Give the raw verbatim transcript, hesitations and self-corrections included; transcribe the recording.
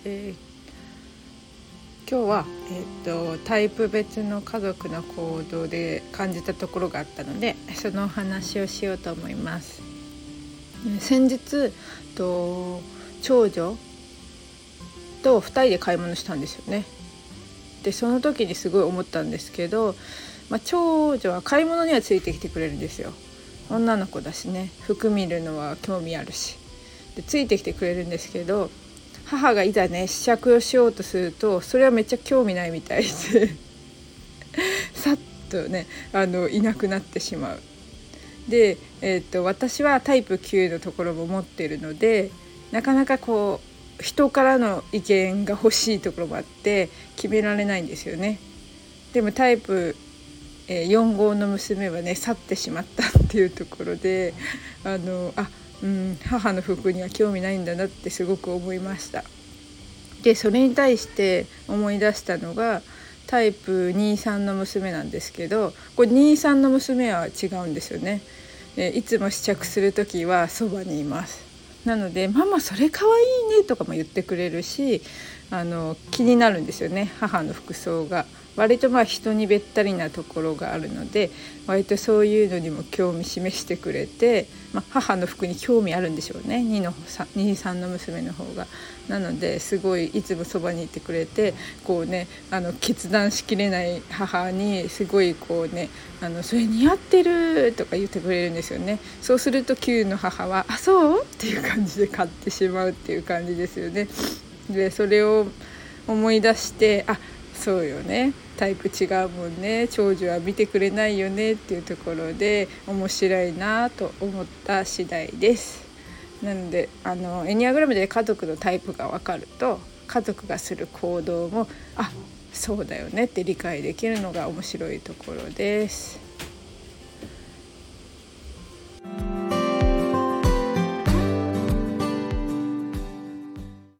えー今日は、えーと、タイプ別の家族の行動で感じたところがあったので、そのお話をしようと思います。先日と長女とふたりで買い物したんですよね。でその時にすごい思ったんですけど、まあ、長女は買い物にはついてきてくれるんですよ。女の子だしね、服見るのは興味あるしでついてきてくれるんですけど、母がいざね試着をしようとするとそれはめっちゃ興味ないみたいでさっとねあのいなくなってしまう。で、えーと、私はタイプきゅうのところも持っているので、なかなかこう人からの意見が欲しいところもあって決められないんですよね。でもタイプよん号の娘はね去ってしまったっていうところで、あのあうん、母の服には興味ないんだなってすごく思いました。でそれに対して思い出したのがタイプにさんの娘なんですけど、これにさんの娘は違うんですよね。いつも試着するときはそばにいます。なのでママそれかわいいねとかも言ってくれるし、あの気になるんですよね。母の服装が割とまあ人にべったりなところがあるので、割とそういうのにも興味示してくれて、まあ、母の服に興味あるんでしょうね、にのにさんの娘の方が。なのですごいいつもそばにいてくれて、こうねあの決断しきれない母にすごいこうねあのそれ似合ってるとか言ってくれるんですよね。そうするときゅうの母はあそうっていう感じで買ってしまうっていう感じですよね。でそれを思い出して、あそうよね、タイプ違うもんね、長女は見てくれないよねっていうところで面白いなと思った次第です。なのであのエニアグラムで家族のタイプが分かると、家族がする行動もあそうだよねって理解できるのが面白いところです。